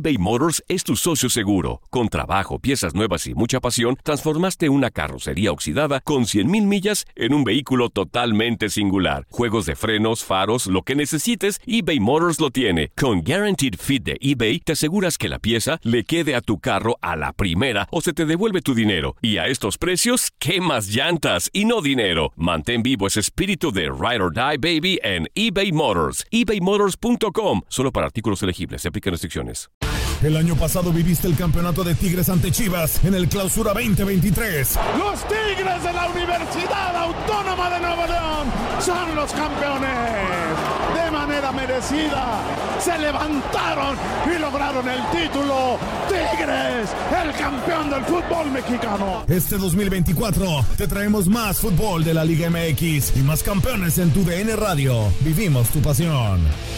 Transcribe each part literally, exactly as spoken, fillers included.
eBay Motors es tu socio seguro. Con trabajo, piezas nuevas y mucha pasión, transformaste una carrocería oxidada con cien mil millas en un vehículo totalmente singular. Juegos de frenos, faros, lo que necesites, eBay Motors lo tiene. Con Guaranteed Fit de eBay, te aseguras que la pieza le quede a tu carro a la primera o se te devuelve tu dinero. Y a estos precios, ¿qué más llantas y no dinero? Mantén vivo ese espíritu de Ride or Die, baby, en eBay Motors. ebay motors punto com. Solo para artículos elegibles. Se aplican restricciones. El año pasado viviste el campeonato de Tigres ante Chivas en el Clausura veinte veintitrés. Los Tigres de la Universidad Autónoma de Nuevo León son los campeones. De manera merecida, se levantaron y lograron el título. Tigres, el campeón del fútbol mexicano. Este dos mil veinticuatro te traemos más fútbol de la Liga M X y más campeones en tu D N Radio. Vivimos tu pasión.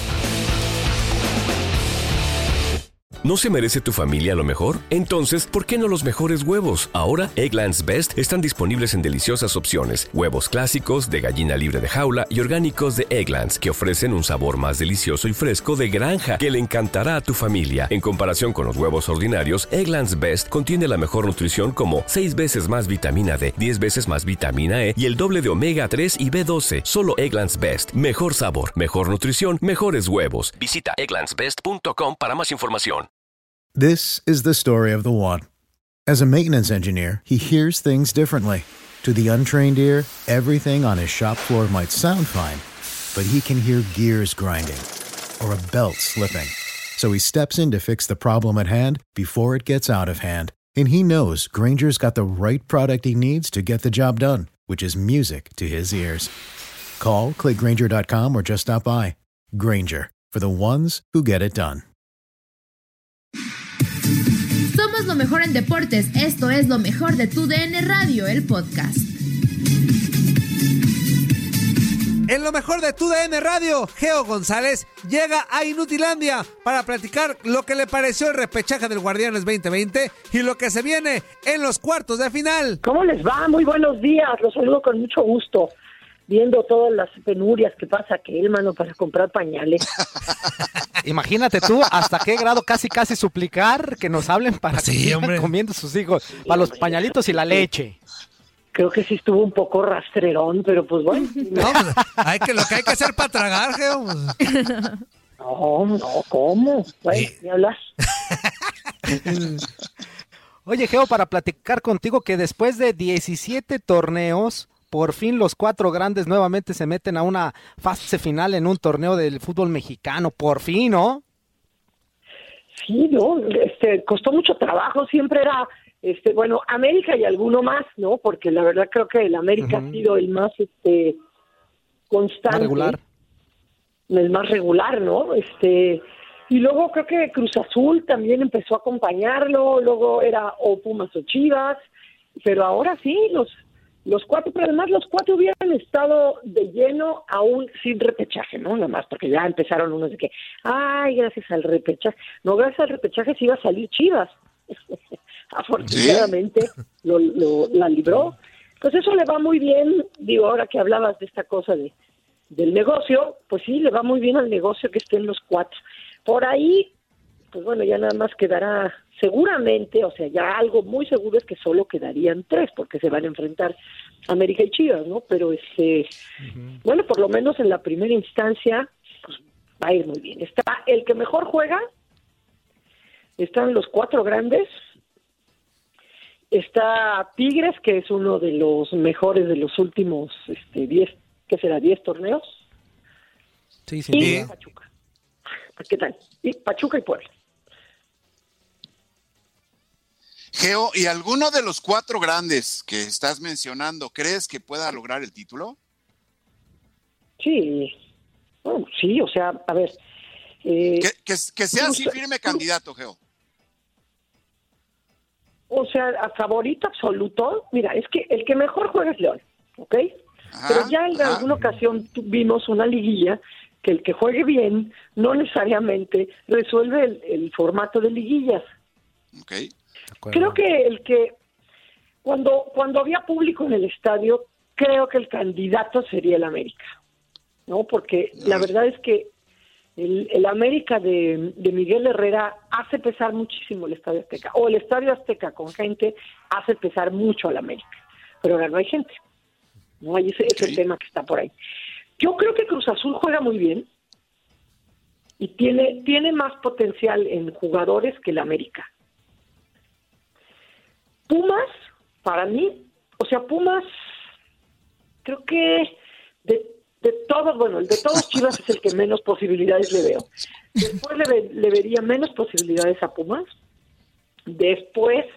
¿No se merece tu familia lo mejor? Entonces, ¿por qué no los mejores huevos? Ahora, Eggland's Best están disponibles en deliciosas opciones. Huevos clásicos, de gallina libre de jaula y orgánicos de Eggland's, que ofrecen un sabor más delicioso y fresco de granja que le encantará a tu familia. En comparación con los huevos ordinarios, Eggland's Best contiene la mejor nutrición como seis veces más vitamina D, diez veces más vitamina E y el doble de omega tres y B doce. Solo Eggland's Best. Mejor sabor, mejor nutrición, mejores huevos. Visita egglands best punto com para más información. This is the story of the one. As a maintenance engineer, he hears things differently. To the untrained ear, everything on his shop floor might sound fine, but he can hear gears grinding or a belt slipping. So he steps in to fix the problem at hand before it gets out of hand. And he knows Grainger's got the right product he needs to get the job done, which is music to his ears. Call, click Grainger dot com or just stop by. Grainger, for the ones who get it done. Somos lo mejor en deportes. Esto es lo mejor de tu D N Radio, el podcast. En lo mejor de tu D N Radio, Geo González llega a Inutilandia para platicar lo que le pareció el repechaje del Guardianes veinte veinte y lo que se viene en los cuartos de final. ¿Cómo les va? Muy buenos días. Los saludo con mucho gusto. Viendo todas las penurias que pasa que él, mano, para comprar pañales. Imagínate tú hasta qué grado casi casi suplicar que nos hablen para sí, que sigan hombre. comiendo sus hijos, sí, para los pañalitos y la leche. Creo que sí estuvo un poco rastrerón, pero pues bueno. No, pues, hay que, lo que hay que hacer para tragar, Geo. Pues. No, no, ¿cómo? Bueno, Sí. ¿me hablas? Oye, Geo, para platicar contigo que después de diecisiete torneos, por fin los cuatro grandes nuevamente se meten a una fase final en un torneo del fútbol mexicano. Por fin, ¿no? Sí, no, este, costó mucho trabajo, siempre era, este, bueno, América y alguno más, ¿no? Porque la verdad creo que el América uh-huh. ha sido el más, este, constante. Más regular. El más regular, ¿no? Este, y luego creo que Cruz Azul también empezó a acompañarlo, luego era o Pumas o Chivas, pero ahora sí, los Los cuatro, pero además los cuatro hubieran estado de lleno aún sin repechaje, ¿no? Nada más, porque ya empezaron unos de que, ay, gracias al repechaje. No, gracias al repechaje sí iba a salir Chivas. Afortunadamente ¿Sí? lo, lo, la libró. Pues eso le va muy bien, digo, ahora que hablabas de esta cosa de del negocio, pues sí, le va muy bien al negocio que estén los cuatro. Por ahí, pues bueno, ya nada más quedará... Seguramente, o sea, ya algo muy seguro es que solo quedarían tres, porque se van a enfrentar América y Chivas, ¿no? Pero, este, uh-huh. bueno, por lo menos en la primera instancia, pues va a ir muy bien. Está el que mejor juega, están los cuatro grandes, está Tigres, que es uno de los mejores de los últimos, este, diez, ¿qué será? ¿diez torneos? Sí, sí. Y sí. Pachuca. ¿Qué tal? Y Pachuca y Puebla. Geo, ¿y alguno de los cuatro grandes que estás mencionando, crees que pueda lograr el título? Sí, bueno, sí, o sea, a ver... Eh, que, que, que sea así no, firme candidato, Geo. O sea, a favorito absoluto, mira, es que el que mejor juega es León, ¿ok? Ajá, pero ya en ajá. alguna ocasión vimos una liguilla que el que juegue bien no necesariamente resuelve el, el formato de liguillas. Ok. Creo que el que, cuando cuando había público en el estadio, creo que el candidato sería el América, ¿no? Porque la verdad es que El, el América de, de Miguel Herrera hace pesar muchísimo el Estadio Azteca, o el Estadio Azteca con gente hace pesar mucho al América, pero ahora no hay gente, no hay ese, ese tema que está por ahí. Yo creo que Cruz Azul juega muy bien y tiene, tiene más potencial en jugadores que el América. Pumas, para mí, o sea, Pumas, creo que de, de todos, bueno, el de todos Chivas es el que menos posibilidades le veo. Después le, le vería menos posibilidades a Pumas. Después,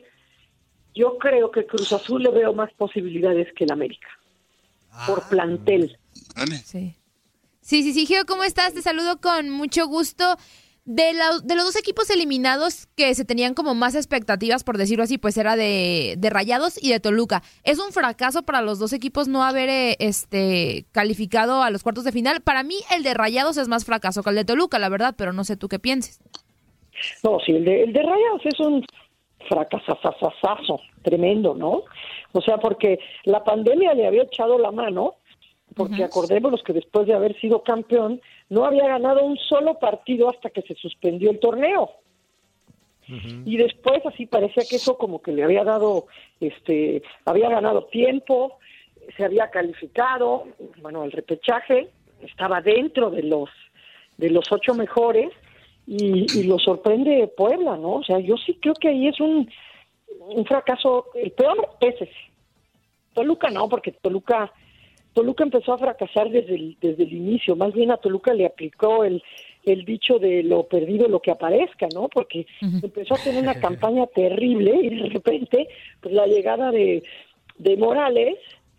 yo creo que Cruz Azul le veo más posibilidades que el América, por plantel. Sí. Sí, sí, sí, Geo, ¿cómo estás? Te saludo con mucho gusto. De, la, de los dos equipos eliminados que se tenían como más expectativas, por decirlo así, pues era de, de Rayados y de Toluca. ¿Es un fracaso para los dos equipos no haber eh, este calificado a los cuartos de final? Para mí el de Rayados es más fracaso que el de Toluca, la verdad, pero no sé tú qué pienses. No, sí, el de, el de Rayados es un fracasazazazo tremendo, ¿no? O sea, porque la pandemia le había echado la mano, porque uh-huh. acordémonos que después de haber sido campeón, no había ganado un solo partido hasta que se suspendió el torneo. Uh-huh. Y después así parecía que eso como que le había dado, este, había ganado tiempo, se había calificado, bueno, el repechaje estaba dentro de los de los ocho mejores y, y lo sorprende Puebla, ¿no? O sea, yo sí creo que ahí es un, un fracaso, el peor es ese. Toluca no, porque Toluca Toluca empezó a fracasar desde el, desde el inicio, más bien a Toluca le aplicó el, el dicho de lo perdido, lo que aparezca, ¿no? Porque uh-huh. empezó a tener una campaña terrible y de repente, pues la llegada de, de Morales,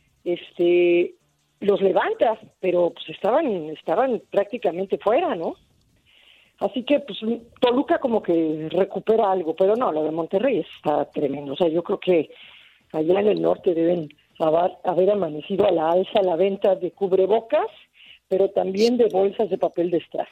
este, los levanta, pero pues estaban, estaban prácticamente fuera, ¿no? Así que, pues, Toluca como que recupera algo, pero no, lo de Monterrey está tremendo, o sea, yo creo que allá en el norte deben haber amanecido a la alza la venta de cubrebocas, pero también de bolsas de papel de estraza.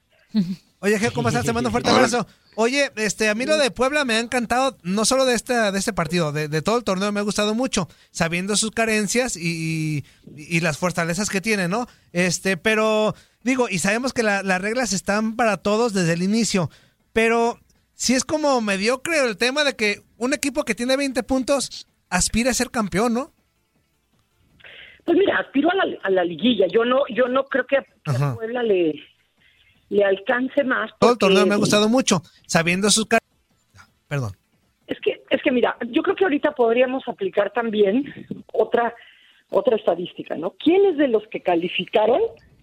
Oye, Geo, ¿cómo estás? Te mando un fuerte abrazo. Oye, este, a mí lo de Puebla me ha encantado, no solo de este, de este partido, de, de todo el torneo me ha gustado mucho, sabiendo sus carencias y, y, y las fortalezas que tiene, ¿no? Este, pero, digo, y sabemos que la, las reglas están para todos desde el inicio, pero sí es como mediocre el tema de que un equipo que tiene veinte puntos aspira a ser campeón, ¿no? Pues mira, aspiro a la, a la liguilla. Yo no, yo no creo que a, a Puebla le, le alcance más. Porque, todo el torneo me ha gustado mucho, sabiendo sus car... Perdón. Es que, es que mira, yo creo que ahorita podríamos aplicar también otra, otra estadística, ¿no? ¿Quiénes de los que calificaron,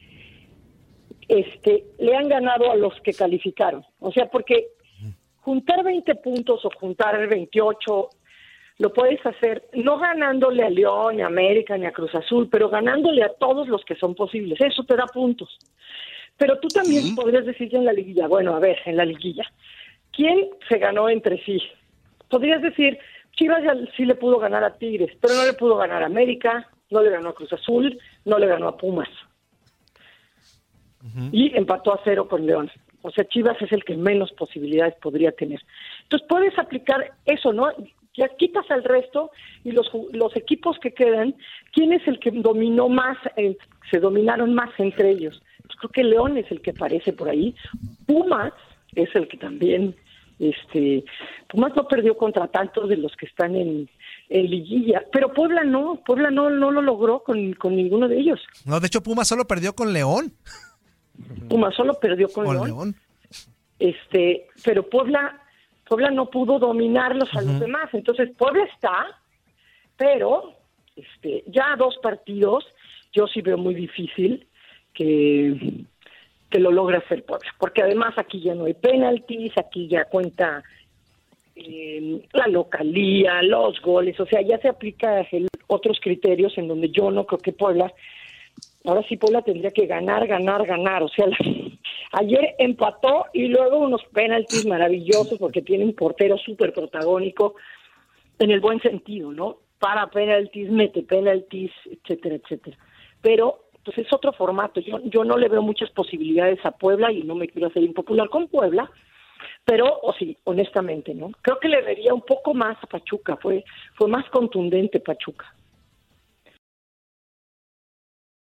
este, le han ganado a los que calificaron? O sea, porque juntar veinte puntos o juntar veintiocho lo puedes hacer no ganándole a León, ni a América, ni a Cruz Azul, pero ganándole a todos los que son posibles. Eso te da puntos. Pero tú también ¿Sí? podrías decir ya en la liguilla, bueno, a ver, en la liguilla, ¿quién se ganó entre sí? Podrías decir, Chivas ya sí le pudo ganar a Tigres, pero no le pudo ganar a América, no le ganó a Cruz Azul, no le ganó a Pumas. Uh-huh. Y empató a cero con León. O sea, Chivas es el que menos posibilidades podría tener. Entonces puedes aplicar eso, ¿no? Ya quitas al resto y los los equipos que quedan, ¿quién es el que dominó más, eh, se dominaron más entre ellos? Pues creo que León es el que aparece por ahí. Pumas es el que también, este, Pumas no perdió contra tantos de los que están en, en liguilla, pero Puebla no, Puebla no, no lo logró con, con ninguno de ellos. No, de hecho Pumas solo perdió con León. Pumas solo perdió con, con León. León. Este, pero Puebla Puebla no pudo dominarlos a uh-huh. los demás, entonces Puebla está, pero este, ya dos partidos yo sí veo muy difícil que, que lo logre hacer Puebla, porque además aquí ya no hay penaltis, aquí ya cuenta eh, la localía, los goles, o sea, ya se aplica el, otros criterios en donde yo no creo que Puebla, ahora sí Puebla tendría que ganar, ganar, ganar, o sea, la, ayer empató y luego unos penaltis maravillosos porque tiene un portero súper protagónico en el buen sentido, ¿no? Para penaltis, mete penaltis, etcétera, etcétera. Pero, pues es otro formato. Yo, yo no le veo muchas posibilidades a Puebla y no me quiero hacer impopular con Puebla, pero, o sí, honestamente, ¿no? Creo que le vería un poco más a Pachuca, fue, fue más contundente Pachuca.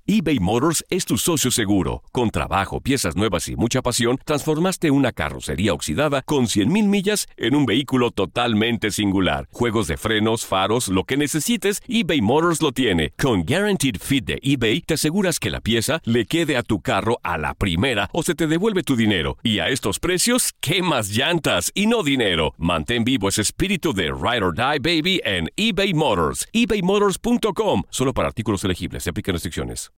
eBay Motors es tu socio seguro. Con trabajo, piezas nuevas y mucha pasión, transformaste una carrocería oxidada con cien mil millas en un vehículo totalmente singular. Juegos de frenos, faros, lo que necesites, eBay Motors lo tiene. Con Guaranteed Fit de eBay, te aseguras que la pieza le quede a tu carro a la primera o se te devuelve tu dinero. Y a estos precios, ¿qué más llantas y no dinero? Mantén vivo ese espíritu de Ride or Die, baby, en eBay Motors. ebay motors punto com. Solo para artículos elegibles. Se aplican restricciones.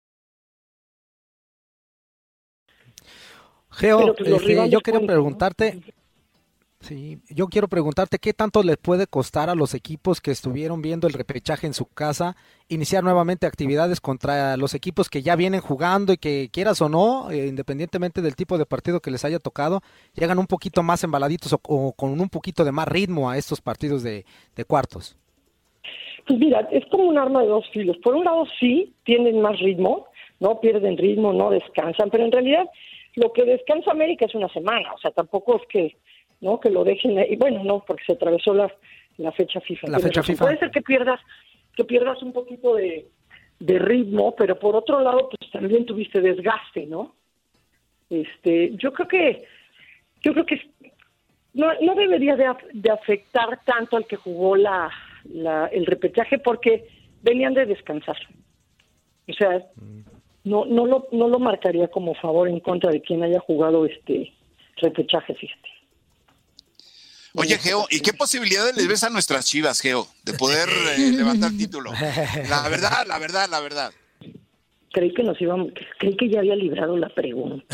Geo, este, yo quiero preguntarte, sí, yo quiero preguntarte qué tanto les puede costar a los equipos que estuvieron viendo el repechaje en su casa iniciar nuevamente actividades contra los equipos que ya vienen jugando y que quieras o no, eh, independientemente del tipo de partido que les haya tocado, llegan un poquito más embaladitos o, o con un poquito de más ritmo a estos partidos de, de cuartos. Pues mira, es como un arma de dos filos. Por un lado sí, tienen más ritmo, no pierden ritmo, no descansan, pero en realidad lo que descansa América es una semana, o sea, tampoco es que no que lo dejen, y bueno, no, porque se atravesó la, la fecha FIFA. La fecha FIFA. Puede ser que pierdas, que pierdas un poquito de, de ritmo, pero por otro lado, pues también tuviste desgaste, ¿no? Este, yo creo que, yo creo que no, no debería de, de afectar tanto al que jugó la, la, el repechaje, porque venían de descansar. O sea, mm. No, no lo, no lo marcaría como favor en contra de quien haya jugado este repechaje, fíjate. Oye, Geo, ¿y qué posibilidades les ves a nuestras Chivas, Geo, de poder eh, levantar título? La verdad, la verdad, la verdad. Creí que nos íbamos, creí que ya había librado la pregunta.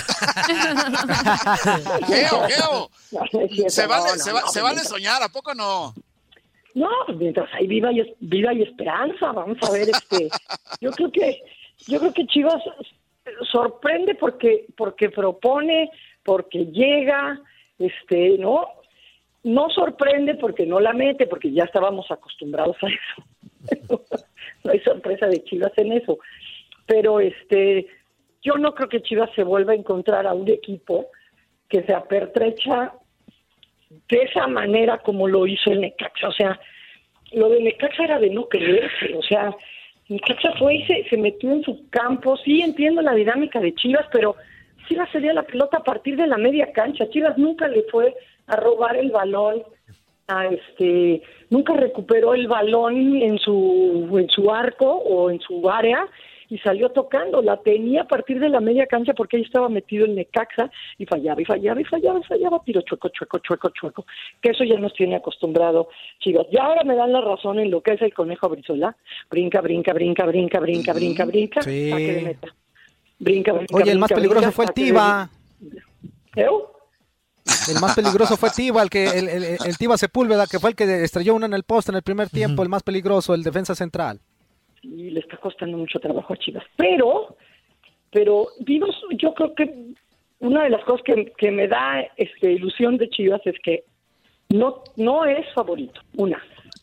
Geo, Geo, no, es cierto, se vale, no, no, se, va, no, se vale soñar, ¿a poco no? No, pues mientras hay vida y, vida y esperanza, vamos a ver, este, yo creo que Yo creo que Chivas sorprende porque porque propone, porque llega, este, no, no sorprende porque no la mete, porque ya estábamos acostumbrados a eso. No hay sorpresa de Chivas en eso. Pero este, yo no creo que Chivas se vuelva a encontrar a un equipo que se apertrecha de esa manera como lo hizo el Necaxa. O sea, lo de Necaxa era de no creerse, o sea, Necaxa fue y se, se metió en su campo. Sí, entiendo la dinámica de Chivas, pero Chivas sería la pelota a partir de la media cancha. Chivas nunca le fue a robar el balón, a este, nunca recuperó el balón en su en su arco o en su área y salió tocando. La tenía a partir de la media cancha porque ahí estaba metido el Necaxa y fallaba y fallaba y fallaba y fallaba, tiro chueco, chueco, chueco, chueco, que eso ya nos tiene acostumbrado Chivas. Y ahora me dan la razón en lo que es el Conejo Brizuela. Brinca, brinca, brinca, brinca, brinca, brinca, brinca, sí. Saque de meta. Brinca, brinca, Oye, brinca, el más peligroso brinca, fue el saque de Tiva. ¿Eh? El más peligroso fue Tiva, el que el, el, el Tiva Sepúlveda, que fue el que estrelló una en el poste en el primer tiempo, uh-huh. El más peligroso, el defensa central. Y le está costando mucho trabajo a Chivas. Pero, pero vimos, yo creo que una de las cosas que, que me da este, ilusión de Chivas es que no, no es favorito, una.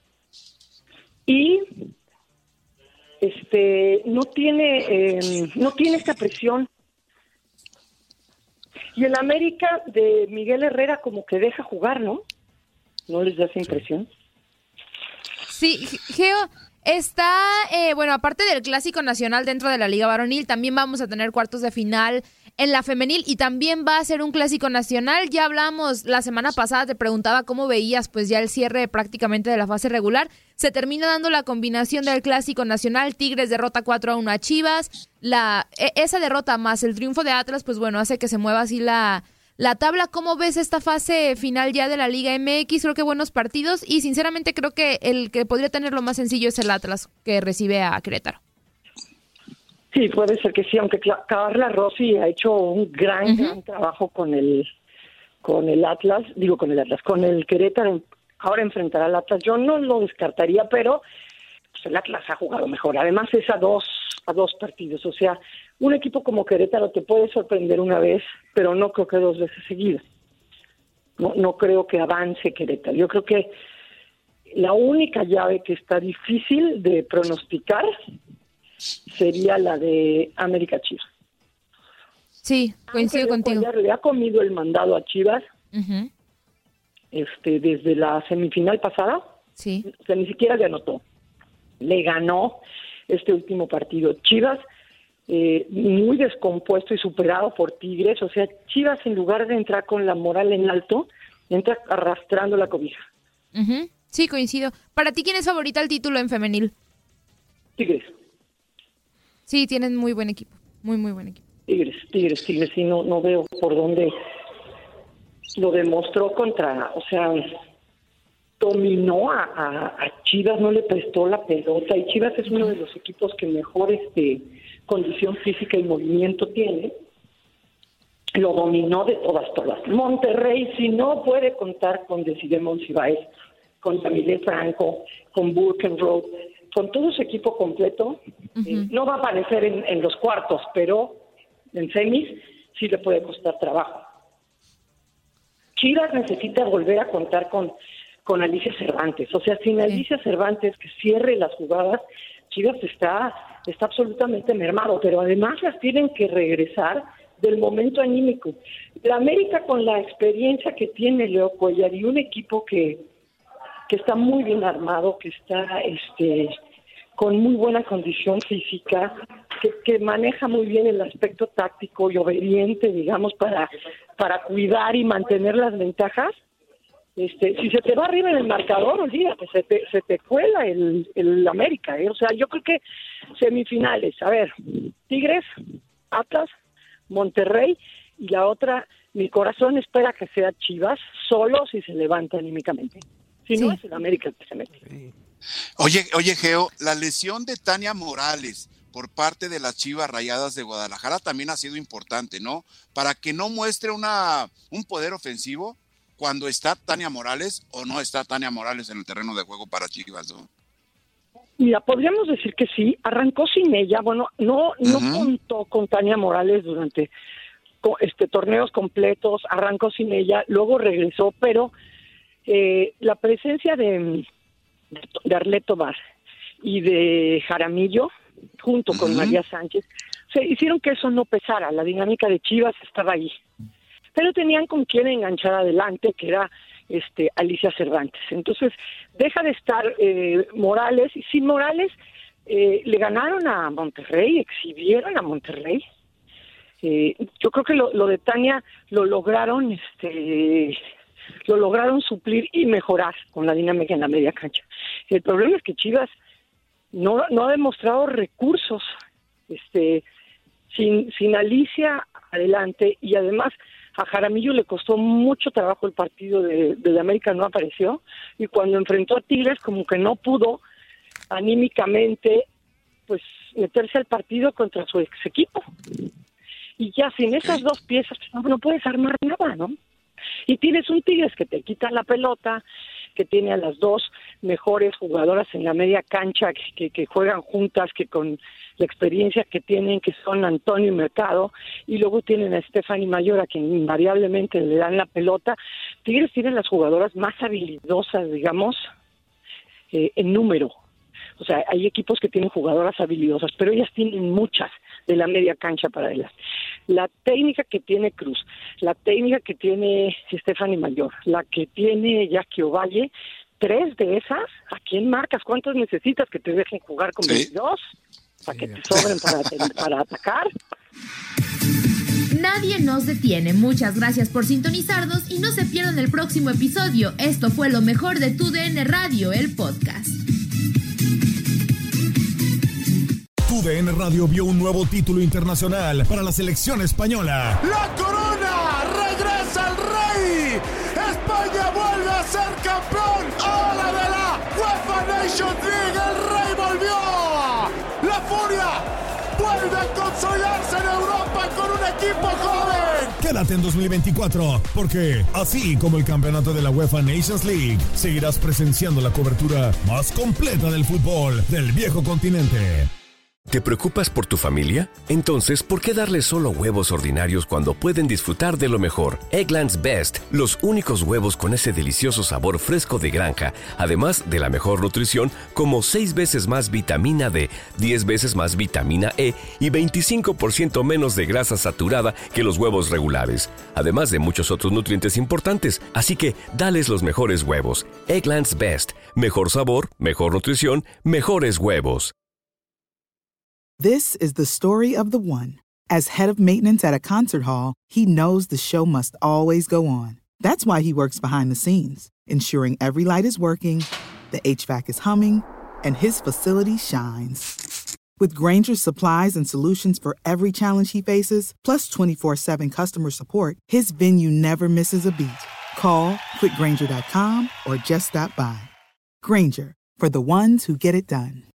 Y este no tiene eh, no tiene esta presión. Y el América de Miguel Herrera como que deja jugar, ¿no? ¿No les da esa impresión? Sí, Geo, está, eh, bueno, aparte del Clásico Nacional dentro de la Liga Varonil, también vamos a tener cuartos de final en la femenil y también va a ser un Clásico Nacional. Ya hablamos la semana pasada, te preguntaba cómo veías pues ya el cierre prácticamente de la fase regular. Se termina dando la combinación del Clásico Nacional, Tigres derrota cuatro a uno a Chivas. La, esa derrota más el triunfo de Atlas, pues bueno, hace que se mueva así la, la tabla. ¿Cómo ves esta fase final ya de la Liga M X? Creo que buenos partidos y sinceramente creo que el que podría tener lo más sencillo es el Atlas, que recibe a Querétaro. Sí, puede ser que sí, aunque Carla Rossi ha hecho un gran, uh-huh. gran trabajo con el con el Atlas, digo con el Atlas, con el Querétaro. Ahora enfrentará al Atlas. Yo no lo descartaría, pero pues, el Atlas ha jugado mejor. Además es a dos a dos partidos. O sea, un equipo como Querétaro te puede sorprender una vez, pero no creo que dos veces seguidas. No, no creo que avance Querétaro. Yo creo que la única llave que está difícil de pronosticar sería la de América Chivas. Sí, coincido contigo. Le ha comido el mandado a Chivas uh-huh. este, desde la semifinal pasada. Sí. O sea, ni siquiera le anotó. Le ganó este último partido. Chivas eh, muy descompuesto y superado por Tigres. O sea, Chivas, en lugar de entrar con la moral en alto, entra arrastrando la cobija. Uh-huh. Sí, coincido. ¿Para ti quién es favorita al título en femenil? Tigres. Sí, tienen muy buen equipo, muy, muy buen equipo. Tigres, Tigres, Tigres, sí, no, no veo por dónde lo demostró contra, o sea, dominó a, a, a Chivas, no le prestó la pelota, y Chivas es uno de los equipos que mejor este, condición física y movimiento tiene. Lo dominó de todas, todas. Monterrey, si no puede contar con Desiree Monsiváis, con Yamile Franco, con Burkenroth, con todo su equipo completo, uh-huh. eh, no va a aparecer en, en los cuartos, pero en semis sí le puede costar trabajo. Chivas necesita volver a contar con, con Alicia Cervantes. O sea, sin Alicia Cervantes que cierre las jugadas, Chivas está, está absolutamente mermado, pero además las tienen que regresar del momento anímico. La América, con la experiencia que tiene Leo Cuellar y un equipo que, que está muy bien armado, que está este con muy buena condición física, que, que maneja muy bien el aspecto táctico y obediente, digamos, para, para cuidar y mantener las ventajas. Este, si se te va arriba en el marcador, olvídate, se te, se te cuela el, el América, ¿eh? O sea, yo creo que semifinales, a ver, Tigres, Atlas, Monterrey, y la otra, mi corazón espera que sea Chivas, solo si se levanta anímicamente. Si ¿Sí? no, es el América el que se mete. Sí. Oye, oye, Geo, la lesión de Tania Morales por parte de las Chivas Rayadas de Guadalajara también ha sido importante, ¿no? Para que no muestre una un poder ofensivo cuando está Tania Morales o no está Tania Morales en el terreno de juego para Chivas, ¿no? Mira, podríamos decir que sí, arrancó sin ella, bueno, no no uh-huh. contó con Tania Morales durante este torneos completos, arrancó sin ella, luego regresó, pero eh, la presencia de, de Arlet Tobar y de Jaramillo, junto uh-huh. con María Sánchez, se hicieron que eso no pesara, la dinámica de Chivas estaba ahí, pero tenían con quién enganchar adelante, que era este Alicia Cervantes. Entonces, deja de estar eh, Morales, y sin Morales eh, le ganaron a Monterrey, exhibieron a Monterrey. Eh, yo creo que lo, lo de Tania lo lograron, este, lo lograron suplir y mejorar con la dinámica en la media cancha. El problema es que Chivas no, no ha demostrado recursos, este, sin, sin Alicia adelante, y además a Jaramillo le costó mucho trabajo el partido de, de América, no apareció, y cuando enfrentó a Tigres como que no pudo anímicamente pues meterse al partido contra su ex equipo. Y ya sin esas dos piezas no, no puedes armar nada, ¿no? Y tienes un Tigres que te quita la pelota, que tiene a las dos mejores jugadoras en la media cancha, que, que, que juegan juntas, que con la experiencia que tienen, que son Antonio y Mercado, y luego tienen a Stephanie Mayor, a quien invariablemente le dan la pelota. Tigres tienen las jugadoras más habilidosas, digamos, eh, en número. O sea, hay equipos que tienen jugadoras habilidosas, pero ellas tienen muchas de la media cancha para adelante. La técnica que tiene Cruz, la técnica que tiene Stephanie Mayor, la que tiene Jackie Ovalle, tres de esas, ¿a quién marcas? ¿Cuántas necesitas que te dejen jugar con veintidós? ¿Sí? ¿Para que te sobren para, para atacar? Nadie nos detiene. Muchas gracias por sintonizarnos y no se pierdan el próximo episodio. Esto fue lo mejor de Tu D N Radio, el podcast. Tu D N Radio vio un nuevo título internacional para la selección española. ¡La corona! ¡Regresa el rey! ¡España vuelve a ser campeón! ¡Ahora de la UEFA Nations League! ¡El rey volvió! ¡La furia vuelve a consolidarse en Europa con un equipo joven! Quédate en dos mil veinticuatro, porque así como el campeonato de la UEFA Nations League, seguirás presenciando la cobertura más completa del fútbol del viejo continente. ¿Te preocupas por tu familia? Entonces, ¿por qué darles solo huevos ordinarios cuando pueden disfrutar de lo mejor? Eggland's Best, los únicos huevos con ese delicioso sabor fresco de granja, además de la mejor nutrición, como seis veces más vitamina D, diez veces más vitamina E y veinticinco por ciento menos de grasa saturada que los huevos regulares, además de muchos otros nutrientes importantes. Así que, dales los mejores huevos. Eggland's Best, mejor sabor, mejor nutrición, mejores huevos. This is the story of the one. As head of maintenance at a concert hall, he knows the show must always go on. That's why he works behind the scenes, ensuring every light is working, the H V A C is humming, and his facility shines. With Grainger's supplies and solutions for every challenge he faces, plus twenty-four seven customer support, his venue never misses a beat. Call quick grainger dot com or just stop by. Grainger, for the ones who get it done.